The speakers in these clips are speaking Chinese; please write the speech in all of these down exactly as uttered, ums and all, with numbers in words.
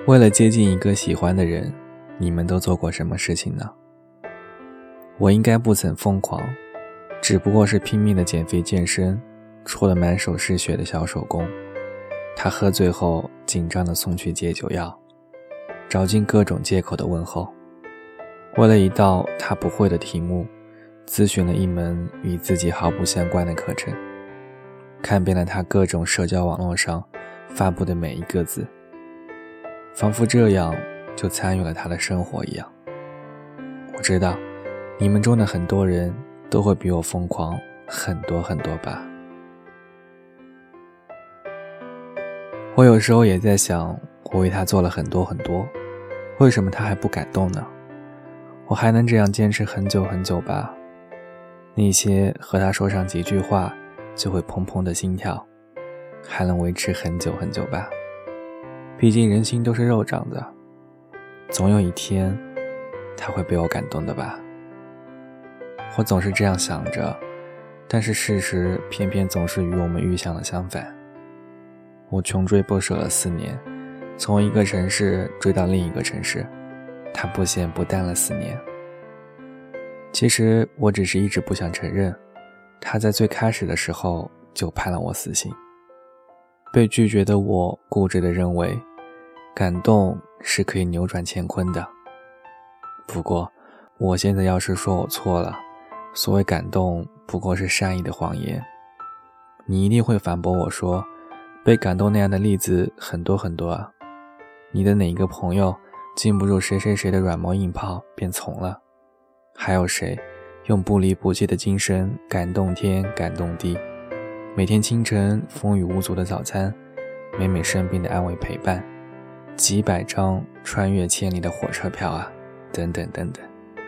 为了接近一个喜欢的人，你们都做过什么事情呢？我应该不曾疯狂，只不过是拼命的减肥健身，出了满手是血的小手工。他喝醉后紧张地送去戒酒药，找尽各种借口的问候。为了一道他不会的题目，咨询了一门与自己毫不相关的课程，看遍了他各种社交网络上发布的每一个字，仿佛这样就参与了他的生活一样。我知道你们中的很多人都会比我疯狂很多很多吧。我有时候也在想，我为他做了很多很多，为什么他还不感动呢？我还能这样坚持很久很久吧？那些和他说上几句话就会砰砰的心跳，还能维持很久很久吧？毕竟人心都是肉长的，总有一天他会被我感动的吧。我总是这样想着，但是事实偏偏总是与我们预想的相反。我穷追不舍了四年，从一个城市追到另一个城市，他不咸不淡了四年。其实我只是一直不想承认，他在最开始的时候就判了我死刑。被拒绝的我固执地认为，感动是可以扭转乾坤的。不过我现在要是说我错了，所谓感动不过是善意的谎言，你一定会反驳我说，被感动那样的例子很多很多啊。你的哪一个朋友禁不住谁谁谁的软磨硬泡便从了？还有谁用不离不弃的精神感动天感动地？每天清晨风雨无阻的早餐，每每生病的安慰陪伴，几百张穿越千里的火车票啊，等等等等。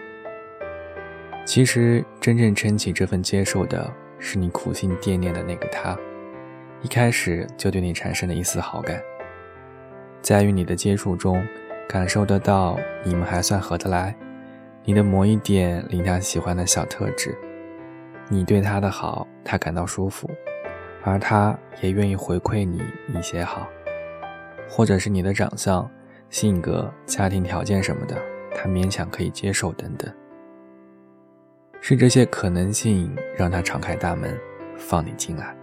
其实真正撑起这份接受的是你苦心惦念的那个他，一开始就对你产生了一丝好感，在与你的接触中感受得到你们还算合得来，你的某一点令他喜欢的小特质，你对他的好他感到舒服，而他也愿意回馈你一些好，或者是你的长相、性格、家庭条件什么的他勉强可以接受等等。是这些可能性让他敞开大门放你进来。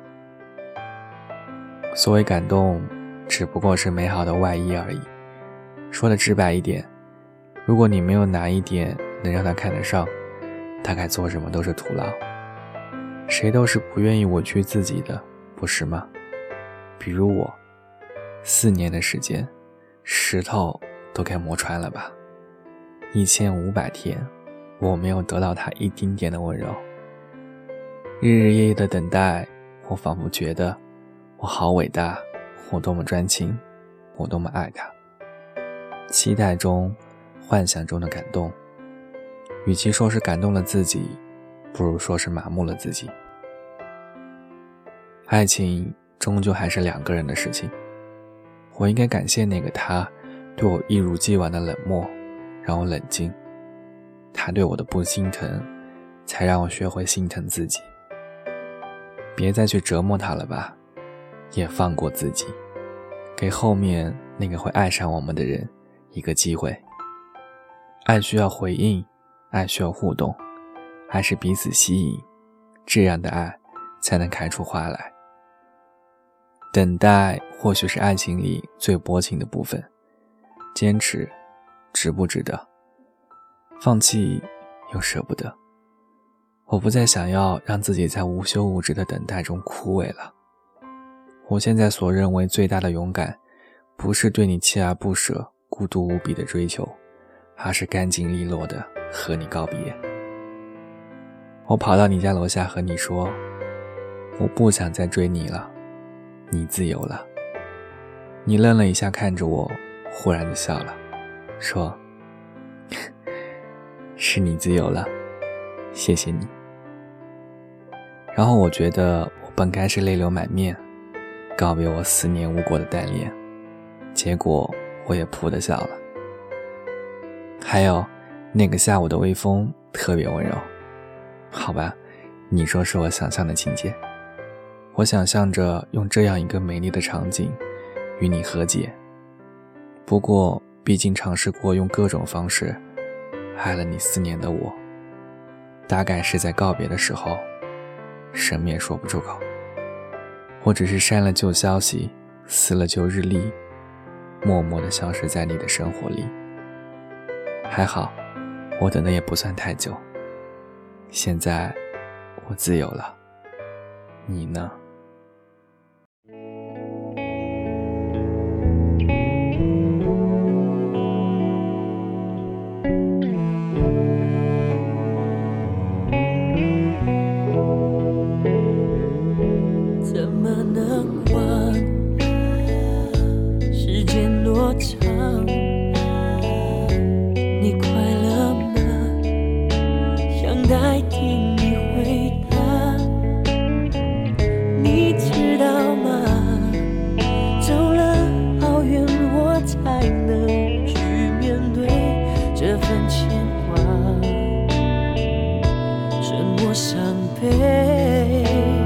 所谓感动只不过是美好的外衣而已。说的直白一点，如果你没有哪一点能让他看得上，大概做什么都是徒劳。谁都是不愿意委屈自己的，不是吗？比如我，四年的时间，石头都该磨穿了吧。一千五百天，我没有得到他一丁点的温柔。日日夜夜的等待，我仿佛觉得我好伟大，我多么专情，我多么爱他。期待中幻想中的感动，与其说是感动了自己，不如说是麻木了自己。爱情终究还是两个人的事情，我应该感谢那个他对我一如既往的冷漠，让我冷静。他对我的不心疼，才让我学会心疼自己。别再去折磨他了吧，也放过自己，给后面那个会爱上我们的人一个机会。爱需要回应，爱需要互动，爱是彼此吸引，这样的爱才能开出花来。等待或许是爱情里最薄情的部分，坚持值不值得？放弃又舍不得。我不再想要让自己在无休无止的等待中枯萎了。我现在所认为最大的勇敢，不是对你锲而不舍、孤独无比的追求，而是干净利落的和你告别。我跑到你家楼下和你说，我不想再追你了，你自由了。你愣了一下看着我，忽然就笑了，说是你自由了，谢谢你。然后我觉得我本该是泪流满面，告别我四年无果的单恋，结果我也噗地笑了。还有那个下午的微风特别温柔，好吧，你说是我想象的情节。我想象着用这样一个美丽的场景与你和解， 不过毕竟尝试过用各种方式爱了你四年的我，大概是在告别的时候什么也说不出口。我只是删了旧消息，撕了旧日历，默默地消失在你的生活里。还好我等的也不算太久，现在我自由了，你呢？ 怎么能忘？时间多长？你快乐吗？想代替你回答。你知道吗？走了好远，我才能去面对这份牵挂，沉默伤悲。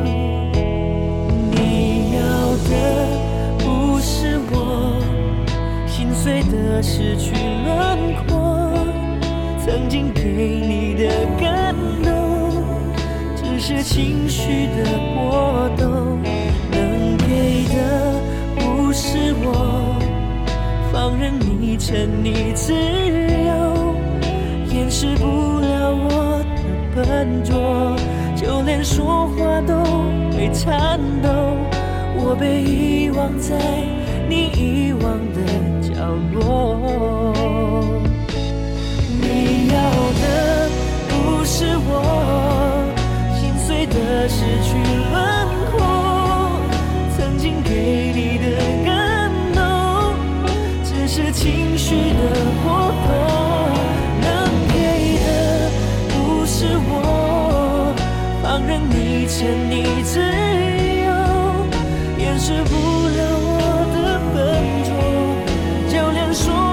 碎的失去轮廓，曾经给你的感动，只是情绪的波动。能给的不是我，放任你沉溺自由，掩饰不了我的笨拙，就连说话都会颤抖。我被遗忘在你遗忘的角落，你要的不是我心碎的失去轮廓，曾经给你的感动，只是情绪的波动。能给的不是我，放任你沉溺自由，掩饰不了我的笨拙，就连说